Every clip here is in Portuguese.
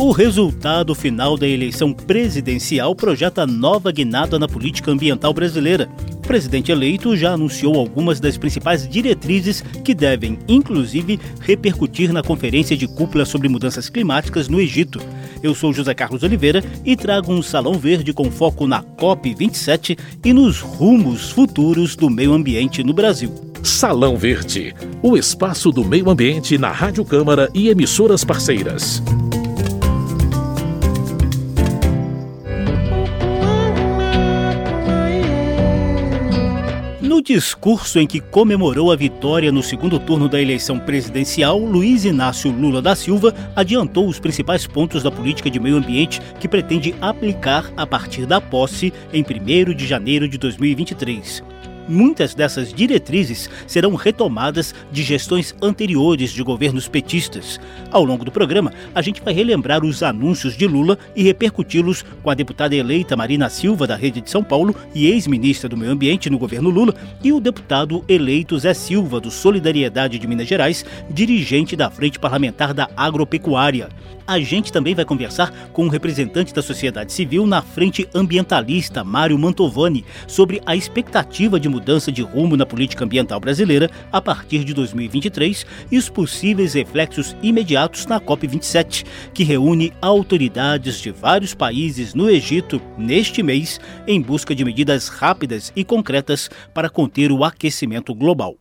O resultado final da eleição presidencial projeta nova guinada na política ambiental brasileira. O presidente eleito já anunciou algumas das principais diretrizes que devem, inclusive, repercutir na Conferência de Cúpula sobre Mudanças Climáticas no Egito. Eu sou José Carlos Oliveira e trago um Salão Verde com foco na COP27 e nos rumos futuros do meio ambiente no Brasil. Salão Verde, o espaço do meio ambiente na Rádio Câmara e emissoras parceiras. No discurso em que comemorou a vitória no segundo turno da eleição presidencial, Luiz Inácio Lula da Silva adiantou os principais pontos da política de meio ambiente que pretende aplicar a partir da posse em 1º de janeiro de 2023. Muitas dessas diretrizes serão retomadas de gestões anteriores de governos petistas. Ao longo do programa, a gente vai relembrar os anúncios de Lula e repercuti-los com a deputada eleita Marina Silva, da Rede de São Paulo e ex-ministra do Meio Ambiente no governo Lula, e o deputado eleito Zé Silva, do Solidariedade de Minas Gerais, dirigente da Frente Parlamentar da Agropecuária. A gente também vai conversar com um representante da sociedade civil na Frente Ambientalista, Mário Mantovani, sobre a expectativa de mudança de rumo na política ambiental brasileira a partir de 2023 e os possíveis reflexos imediatos na COP27, que reúne autoridades de vários países no Egito neste mês em busca de medidas rápidas e concretas para conter o aquecimento global.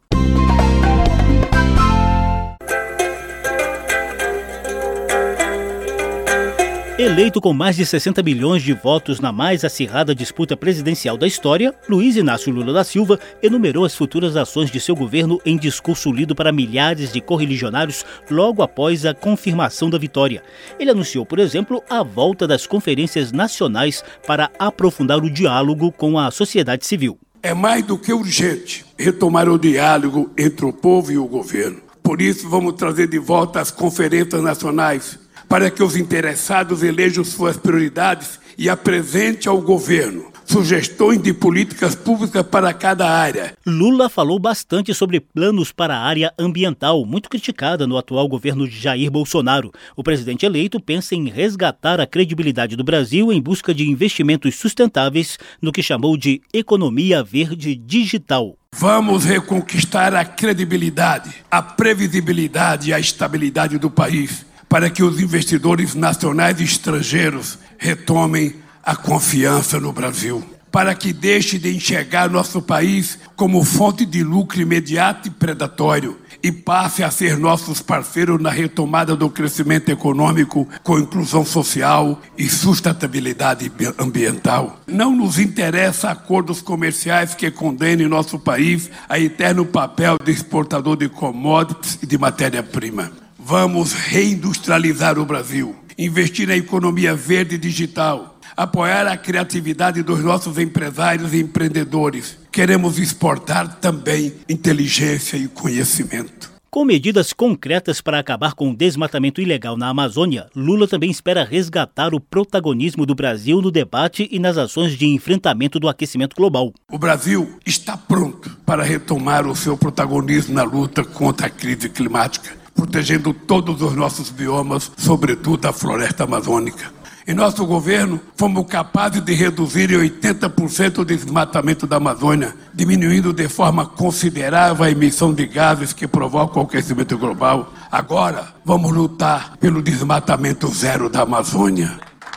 Eleito com mais de 60 milhões de votos na mais acirrada disputa presidencial da história, Luiz Inácio Lula da Silva enumerou as futuras ações de seu governo em discurso lido para milhares de correligionários logo após a confirmação da vitória. Ele anunciou, por exemplo, a volta das conferências nacionais para aprofundar o diálogo com a sociedade civil. É mais do que urgente retomar o diálogo entre o povo e o governo. Por isso, vamos trazer de volta as conferências nacionais, para que os interessados elejam suas prioridades e apresente ao governo sugestões de políticas públicas para cada área. Lula falou bastante sobre planos para a área ambiental, muito criticada no atual governo de Jair Bolsonaro. O presidente eleito pensa em resgatar a credibilidade do Brasil em busca de investimentos sustentáveis no que chamou de economia verde digital. Vamos reconquistar a credibilidade, a previsibilidade e a estabilidade do país, para que os investidores nacionais e estrangeiros retomem a confiança no Brasil, para que deixe de enxergar nosso país como fonte de lucro imediato e predatório e passe a ser nossos parceiros na retomada do crescimento econômico com inclusão social e sustentabilidade ambiental. Não nos interessa acordos comerciais que condenem nosso país a eterno papel de exportador de commodities e de matéria-prima. Vamos reindustrializar o Brasil, investir na economia verde e digital, apoiar a criatividade dos nossos empresários e empreendedores. Queremos exportar também inteligência e conhecimento. Com medidas concretas para acabar com o desmatamento ilegal na Amazônia, Lula também espera resgatar o protagonismo do Brasil no debate e nas ações de enfrentamento do aquecimento global. O Brasil está pronto para retomar o seu protagonismo na luta contra a crise climática, protegendo todos os nossos biomas, sobretudo a floresta amazônica. Em nosso governo, fomos capazes de reduzir em 80% o desmatamento da Amazônia, diminuindo de forma considerável a emissão de gases que provocam o aquecimento global. Agora, vamos lutar pelo desmatamento zero da Amazônia.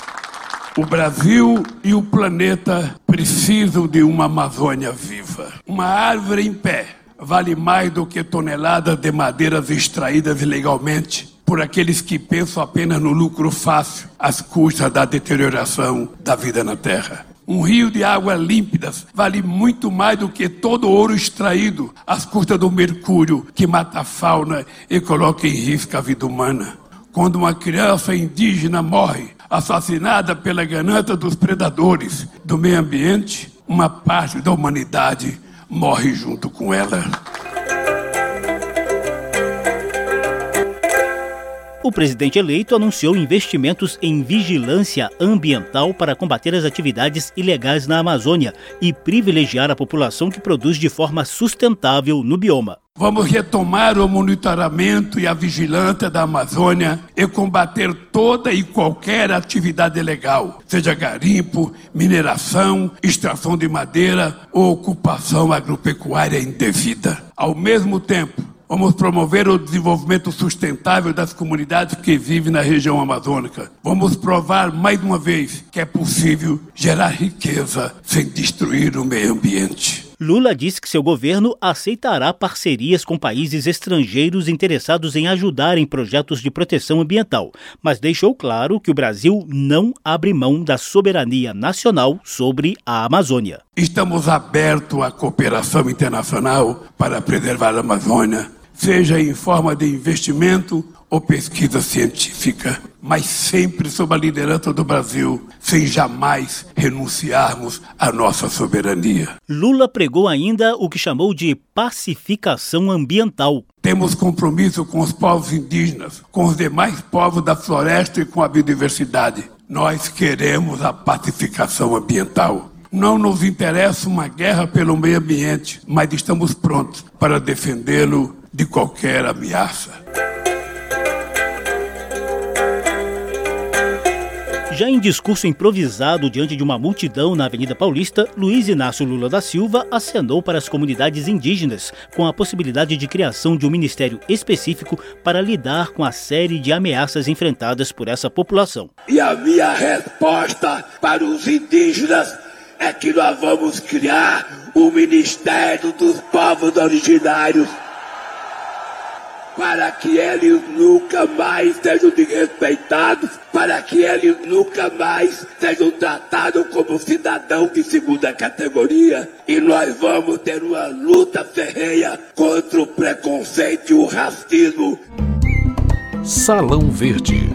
O Brasil e o planeta precisam de uma Amazônia viva. Uma árvore em pé vale mais do que toneladas de madeiras extraídas ilegalmente por aqueles que pensam apenas no lucro fácil, às custas da deterioração da vida na Terra. Um rio de águas límpidas vale muito mais do que todo o ouro extraído às custas do mercúrio que mata a fauna e coloca em risco a vida humana. Quando uma criança indígena morre, assassinada pela ganância dos predadores do meio ambiente, uma parte da humanidade morre junto com ela. O presidente eleito anunciou investimentos em vigilância ambiental para combater as atividades ilegais na Amazônia e privilegiar a população que produz de forma sustentável no bioma. Vamos retomar o monitoramento e a vigilância da Amazônia e combater toda e qualquer atividade ilegal, seja garimpo, mineração, extração de madeira ou ocupação agropecuária indevida. Ao mesmo tempo, vamos promover o desenvolvimento sustentável das comunidades que vivem na região amazônica. Vamos provar mais uma vez que é possível gerar riqueza sem destruir o meio ambiente. Lula disse que seu governo aceitará parcerias com países estrangeiros interessados em ajudar em projetos de proteção ambiental, mas deixou claro que o Brasil não abre mão da soberania nacional sobre a Amazônia. Estamos abertos à cooperação internacional para preservar a Amazônia, seja em forma de investimento ou pesquisa científica, mas sempre sob a liderança do Brasil, sem jamais renunciarmos à nossa soberania. Lula pregou ainda o que chamou de pacificação ambiental. Temos compromisso com os povos indígenas, com os demais povos da floresta e com a biodiversidade. Nós queremos a pacificação ambiental. Não nos interessa uma guerra pelo meio ambiente, mas estamos prontos para defendê-lo de qualquer ameaça. Já em discurso improvisado diante de uma multidão na Avenida Paulista, Luiz Inácio Lula da Silva acenou para as comunidades indígenas com a possibilidade de criação de um ministério específico para lidar com a série de ameaças enfrentadas por essa população. E a minha resposta para os indígenas é que nós vamos criar o Ministério dos Povos Originários, para que eles nunca mais sejam desrespeitados, para que eles nunca mais sejam tratados como cidadãos de segunda categoria. E nós vamos ter uma luta ferrenha contra o preconceito e o racismo. Salão Verde.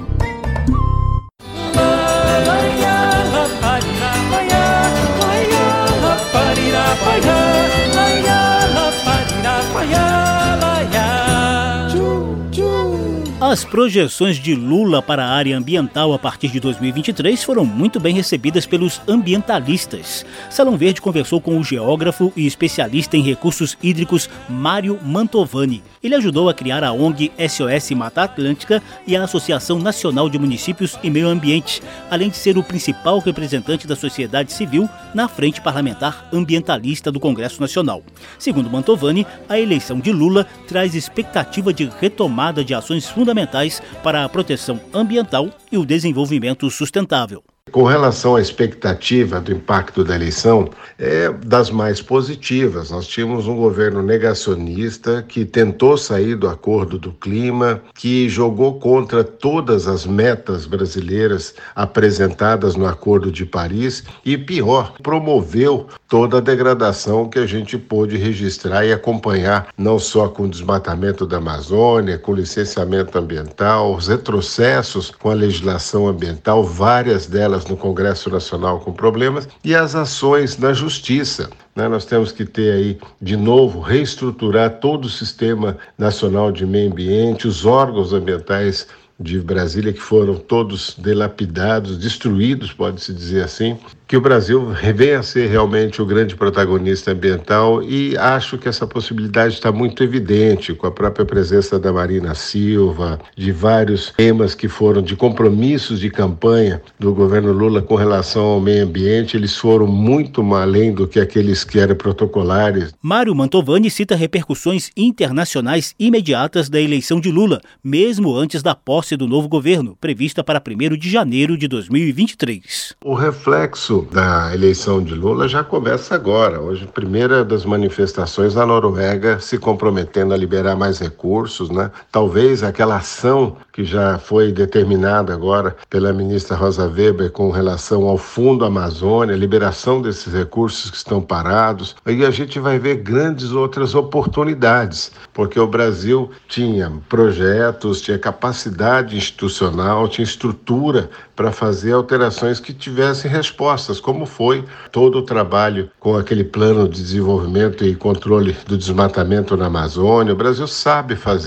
As projeções de Lula para a área ambiental a partir de 2023 foram muito bem recebidas pelos ambientalistas. Salão Verde conversou com o geógrafo e especialista em recursos hídricos Mário Mantovani. Ele ajudou a criar a ONG SOS Mata Atlântica e a Associação Nacional de Municípios e Meio Ambiente, além de ser o principal representante da sociedade civil na Frente Parlamentar Ambientalista do Congresso Nacional. Segundo Mantovani, a eleição de Lula traz expectativa de retomada de ações fundamentais para a proteção ambiental e o desenvolvimento sustentável. Com relação à expectativa do impacto da eleição, é das mais positivas. Nós tínhamos um governo negacionista que tentou sair do Acordo do Clima, que jogou contra todas as metas brasileiras apresentadas no Acordo de Paris e, pior, promoveu toda a degradação que a gente pôde registrar e acompanhar, não só com o desmatamento da Amazônia, com o licenciamento ambiental, os retrocessos com a legislação ambiental, várias delas no Congresso Nacional com problemas, e as ações na Justiça. Nós temos que ter aí, de novo, reestruturar todo o Sistema Nacional de Meio Ambiente, os órgãos ambientais de Brasília que foram todos dilapidados, destruídos, pode-se dizer assim, que o Brasil venha a ser realmente o grande protagonista ambiental, e acho que essa possibilidade está muito evidente com a própria presença da Marina Silva, de vários temas que foram de compromissos de campanha do governo Lula com relação ao meio ambiente. Eles foram muito além do que aqueles que eram protocolares. Mário Mantovani cita repercussões internacionais imediatas da eleição de Lula, mesmo antes da posse do novo governo, prevista para 1º de janeiro de 2023. O reflexo da eleição de Lula já começa agora. Hoje, a primeira das manifestações na Noruega se comprometendo a liberar mais recursos, né? Talvez aquela ação que já foi determinada agora pela ministra Rosa Weber com relação ao Fundo Amazônia, liberação desses recursos que estão parados. Aí a gente vai ver grandes outras oportunidades, porque o Brasil tinha projetos, tinha capacidade institucional, tinha estrutura para fazer alterações que tivessem respostas, como foi todo o trabalho com aquele plano de desenvolvimento e controle do desmatamento na Amazônia. O Brasil sabe fazer.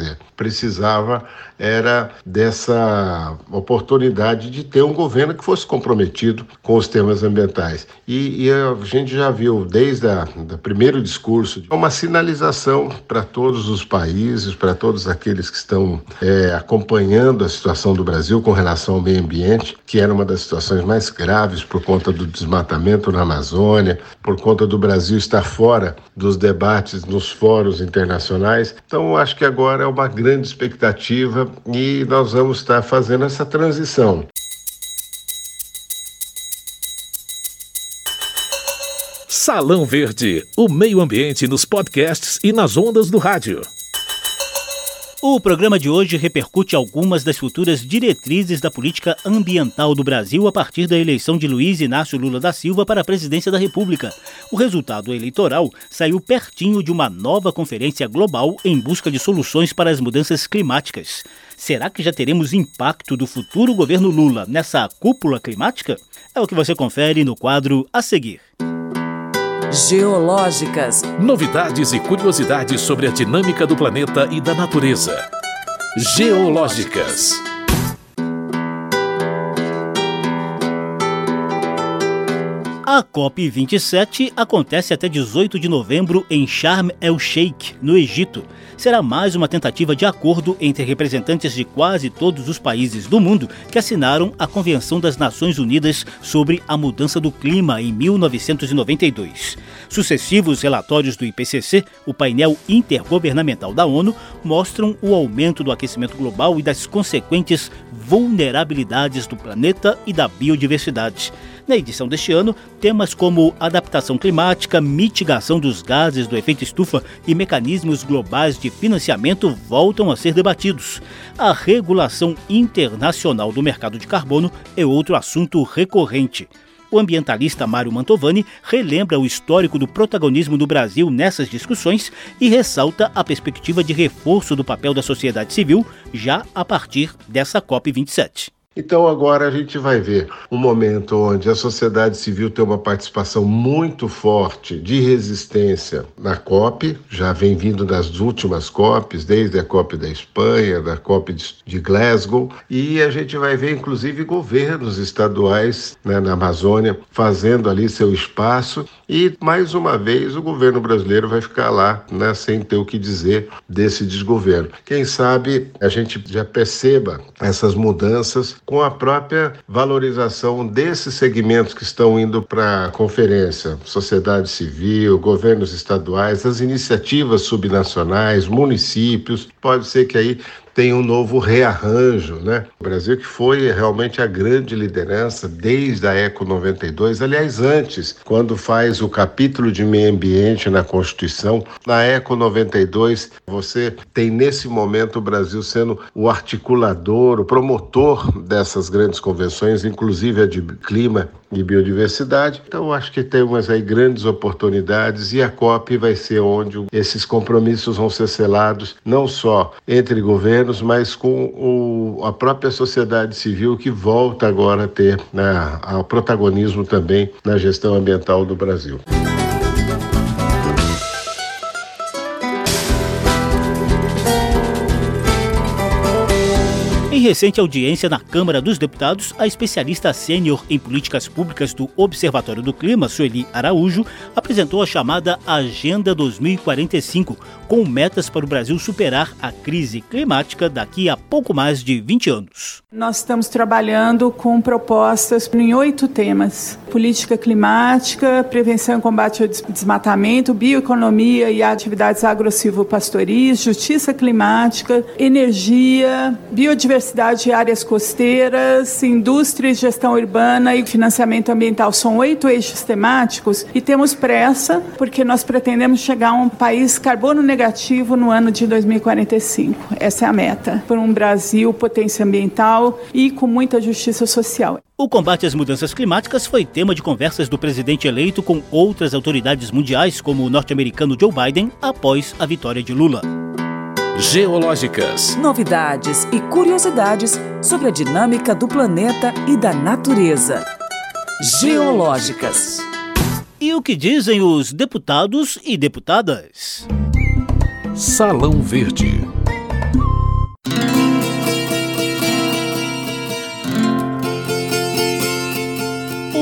precisava era dessa oportunidade de ter um governo que fosse comprometido com os temas ambientais. E a gente já viu desde o primeiro discurso uma sinalização para todos os países, para todos aqueles que estão acompanhando a situação do Brasil com relação ao meio ambiente, que era uma das situações mais graves por conta do desmatamento na Amazônia, por conta do Brasil estar fora dos debates nos fóruns internacionais. Então, acho que agora é uma grande expectativa e nós vamos estar fazendo essa transição. Salão Verde, o meio ambiente nos podcasts e nas ondas do rádio. O programa de hoje repercute algumas das futuras diretrizes da política ambiental do Brasil a partir da eleição de Luiz Inácio Lula da Silva para a presidência da República. O resultado eleitoral saiu pertinho de uma nova conferência global em busca de soluções para as mudanças climáticas. Será que já teremos impacto do futuro governo Lula nessa cúpula climática? É o que você confere no quadro a seguir. Geológicas. Novidades e curiosidades sobre a dinâmica do planeta e da natureza. Geológicas. A COP27 acontece até 18 de novembro em Sharm el-Sheikh, no Egito. Será mais uma tentativa de acordo entre representantes de quase todos os países do mundo que assinaram a Convenção das Nações Unidas sobre a Mudança do Clima em 1992. Sucessivos relatórios do IPCC, o painel intergovernamental da ONU, mostram o aumento do aquecimento global e das consequentes vulnerabilidades do planeta e da biodiversidade. Na edição deste ano, temas como adaptação climática, mitigação dos gases do efeito estufa e mecanismos globais de financiamento voltam a ser debatidos. A regulação internacional do mercado de carbono é outro assunto recorrente. O ambientalista Mário Mantovani relembra o histórico do protagonismo do Brasil nessas discussões e ressalta a perspectiva de reforço do papel da sociedade civil já a partir dessa COP27. Então agora a gente vai ver um momento onde a sociedade civil tem uma participação muito forte de resistência na COP, já vem vindo das últimas COPs, desde a COP da Espanha, da COP de Glasgow, e a gente vai ver inclusive governos estaduais, na Amazônia fazendo ali seu espaço e mais uma vez o governo brasileiro vai ficar lá, sem ter o que dizer desse desgoverno. Quem sabe a gente já perceba essas mudanças com a própria valorização desses segmentos que estão indo para a conferência, sociedade civil, governos estaduais, as iniciativas subnacionais, municípios, pode ser que aí tem um novo rearranjo, O Brasil que foi realmente a grande liderança desde a ECO 92, aliás, antes, quando faz o capítulo de meio ambiente na Constituição, na ECO 92, você tem nesse momento o Brasil sendo o articulador, o promotor dessas grandes convenções, inclusive a de clima e biodiversidade. Então, acho que temos aí grandes oportunidades e a COP vai ser onde esses compromissos vão ser selados, não só entre governos, mas com a própria sociedade civil que volta agora a ter o protagonismo também na gestão ambiental do Brasil. Em recente audiência na Câmara dos Deputados, a especialista sênior em políticas públicas do Observatório do Clima, Sueli Araújo, apresentou a chamada Agenda 2045, com metas para o Brasil superar a crise climática daqui a pouco mais de 20 anos. Nós estamos trabalhando com propostas em 8 temas: política climática, prevenção e combate ao desmatamento, bioeconomia e atividades agro-silvopastoris, justiça climática, energia, biodiversidade e áreas costeiras, indústria e gestão urbana e financiamento ambiental. São 8 eixos temáticos e temos pressa porque nós pretendemos chegar a um país carbono negativo no ano de 2045. Essa é a meta, por um Brasil potência ambiental e com muita justiça social. O combate às mudanças climáticas foi tema de conversas do presidente eleito com outras autoridades mundiais, como o norte-americano Joe Biden, após a vitória de Lula. Geológicas. Novidades e curiosidades sobre a dinâmica do planeta e da natureza. Geológicas. E o que dizem os deputados e deputadas? Salão Verde.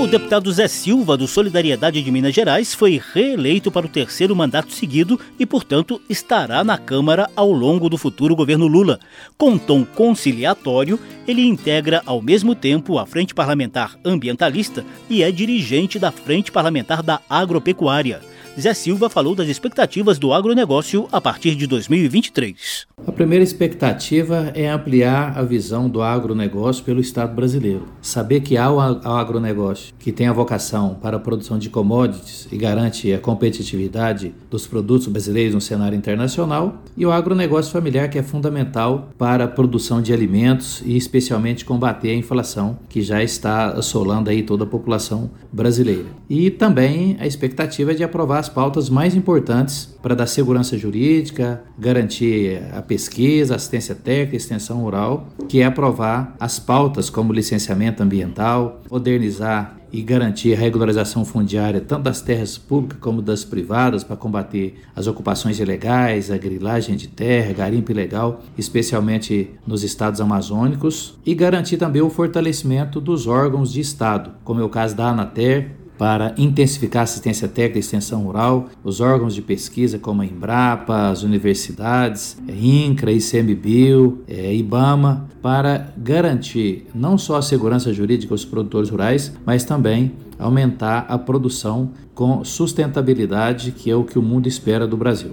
deputado Zé Silva, do Solidariedade de Minas Gerais, foi reeleito para o terceiro mandato seguido e, portanto, estará na Câmara ao longo do futuro governo Lula. Com tom conciliatório, ele integra ao mesmo tempo a Frente Parlamentar Ambientalista e é dirigente da Frente Parlamentar da Agropecuária. Zé Silva falou das expectativas do agronegócio a partir de 2023. A primeira expectativa é ampliar a visão do agronegócio pelo Estado brasileiro. Saber que há o agronegócio que tem a vocação para a produção de commodities e garante a competitividade dos produtos brasileiros no cenário internacional, e o agronegócio familiar, que é fundamental para a produção de alimentos e especialmente combater a inflação que já está assolando aí toda a população brasileira. E também a expectativa é de aprovar as pautas mais importantes para dar segurança jurídica, garantir a pesquisa, assistência técnica, extensão rural, que é aprovar as pautas como licenciamento ambiental, modernizar e garantir a regularização fundiária tanto das terras públicas como das privadas para combater as ocupações ilegais, a grilagem de terra, garimpo ilegal, especialmente nos estados amazônicos, e garantir também o fortalecimento dos órgãos de Estado, como é o caso da Anater, para intensificar a assistência técnica e extensão rural, os órgãos de pesquisa como a Embrapa, as universidades, INCRA, ICMBio, IBAMA, para garantir não só a segurança jurídica aos produtores rurais, mas também aumentar a produção com sustentabilidade, que é o que o mundo espera do Brasil.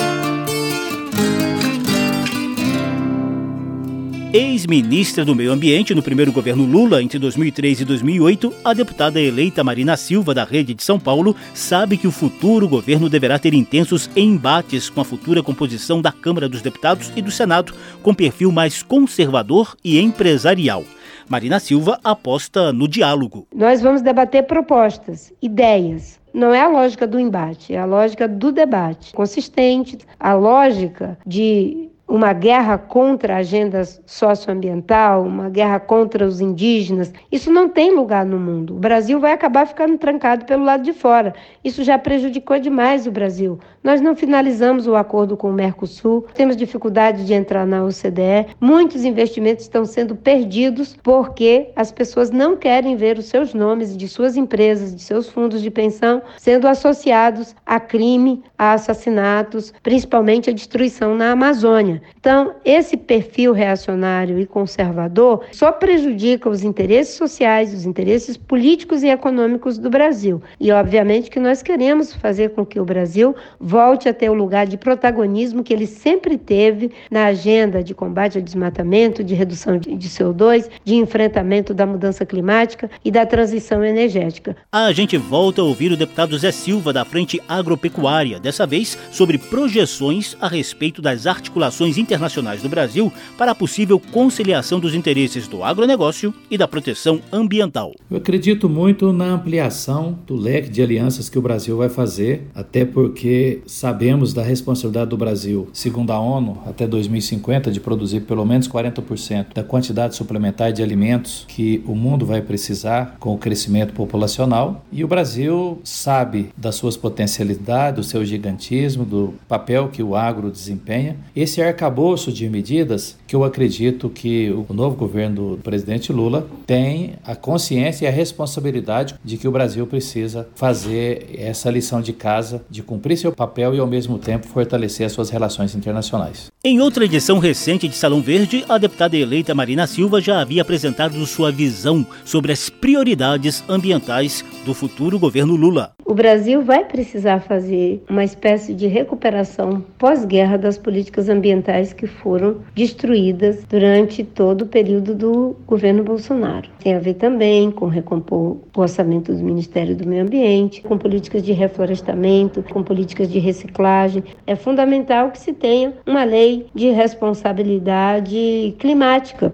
Ex-ministra do Meio Ambiente no primeiro governo Lula, entre 2003 e 2008, a deputada eleita Marina Silva, da Rede de São Paulo, sabe que o futuro governo deverá ter intensos embates com a futura composição da Câmara dos Deputados e do Senado, com perfil mais conservador e empresarial. Marina Silva aposta no diálogo. Nós vamos debater propostas, ideias. Não é a lógica do embate, é a lógica do debate consistente, a lógica de uma guerra contra a agenda socioambiental, uma guerra contra os indígenas. Isso não tem lugar no mundo. O Brasil vai acabar ficando trancado pelo lado de fora. Isso já prejudicou demais o Brasil. Nós não finalizamos o acordo com o Mercosul, temos dificuldade de entrar na OCDE, muitos investimentos estão sendo perdidos porque as pessoas não querem ver os seus nomes de suas empresas, de seus fundos de pensão, sendo associados a crime, a assassinatos, principalmente a destruição na Amazônia. Então, esse perfil reacionário e conservador só prejudica os interesses sociais, os interesses políticos e econômicos do Brasil. E, obviamente, que nós queremos fazer com que o Brasil volte a ter o lugar de protagonismo que ele sempre teve na agenda de combate ao desmatamento, de redução de CO2, de enfrentamento da mudança climática e da transição energética. A gente volta a ouvir o deputado Zé Silva, da Frente Agropecuária, dessa vez sobre projeções a respeito das articulações internacionais do Brasil para a possível conciliação dos interesses do agronegócio e da proteção ambiental. Eu acredito muito na ampliação do leque de alianças que o Brasil vai fazer, até porque sabemos da responsabilidade do Brasil, segundo a ONU, até 2050, de produzir pelo menos 40% da quantidade suplementar de alimentos que o mundo vai precisar com o crescimento populacional. E o Brasil sabe das suas potencialidades, do seu gigantismo, do papel que o agro desempenha. Esse arcabouço de medidas que eu acredito que o novo governo do presidente Lula tem a consciência e a responsabilidade de que o Brasil precisa fazer essa lição de casa, de cumprir seu papel e ao mesmo tempo fortalecer as suas relações internacionais. Em outra edição recente de Salão Verde, a deputada eleita Marina Silva já havia apresentado sua visão sobre as prioridades ambientais do futuro governo Lula. O Brasil vai precisar fazer uma espécie de recuperação pós-guerra das políticas ambientais que foram destruídas durante todo o período do governo Bolsonaro. Tem a ver também com recompor o orçamento do Ministério do Meio Ambiente, com políticas de reflorestamento, com políticas de reciclagem. É fundamental que se tenha uma lei de responsabilidade climática.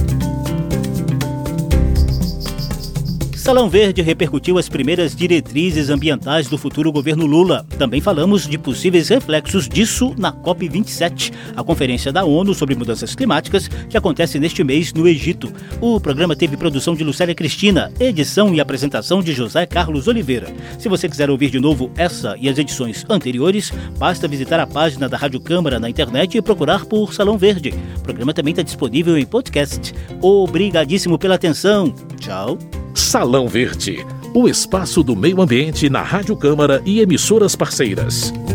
Salão Verde repercutiu as primeiras diretrizes ambientais do futuro governo Lula. Também falamos de possíveis reflexos disso na COP27, a conferência da ONU sobre mudanças climáticas que acontece neste mês no Egito. O programa teve produção de Lucélia Cristina, edição e apresentação de José Carlos Oliveira. Se você quiser ouvir de novo essa e as edições anteriores, basta visitar a página da Rádio Câmara na internet e procurar por Salão Verde. O programa também está disponível em podcast. Obrigadíssimo pela atenção. Tchau. Salão Verde, o espaço do meio ambiente na Rádio Câmara e emissoras parceiras.